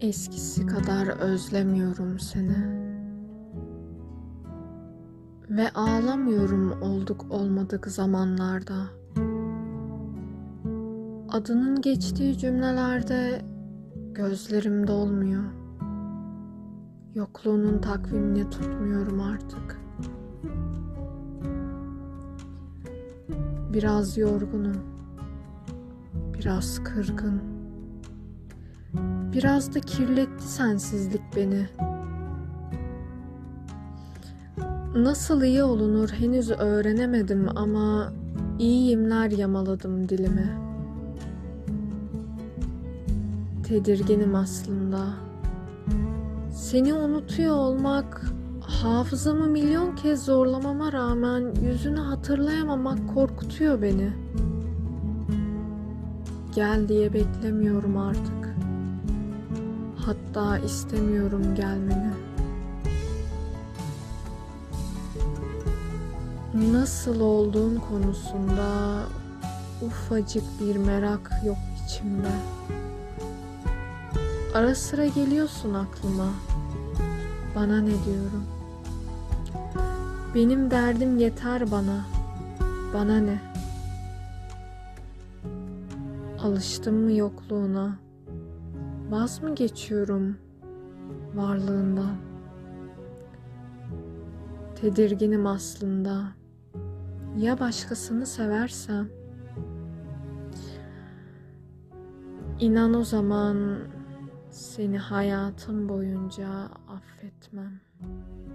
Eskisi kadar özlemiyorum seni ve ağlamıyorum olduk olmadık zamanlarda. Adının geçtiği cümlelerde gözlerim dolmuyor. Yokluğunun takvimini tutmuyorum artık. Biraz yorgunum, biraz kırgın. Biraz da kirletti sensizlik beni. Nasıl iyi olunur henüz öğrenemedim ama iyiyimler yamaladım dilime. Tedirginim aslında. Seni unutuyor olmak, hafızamı milyon kez zorlamama rağmen yüzünü hatırlayamamak korkutuyor beni. Gel diye beklemiyorum artık. Hatta istemiyorum gelmeni. Nasıl olduğun konusunda ufacık bir merak yok içimde. Ara sıra geliyorsun aklıma. Bana ne diyorum? Benim derdim yeter bana. Bana ne? Alıştım mı yokluğuna? Vaz mı geçiyorum varlığından? Tedirginim aslında. Ya başkasını seversem? İnan o zaman seni hayatım boyunca affetmem.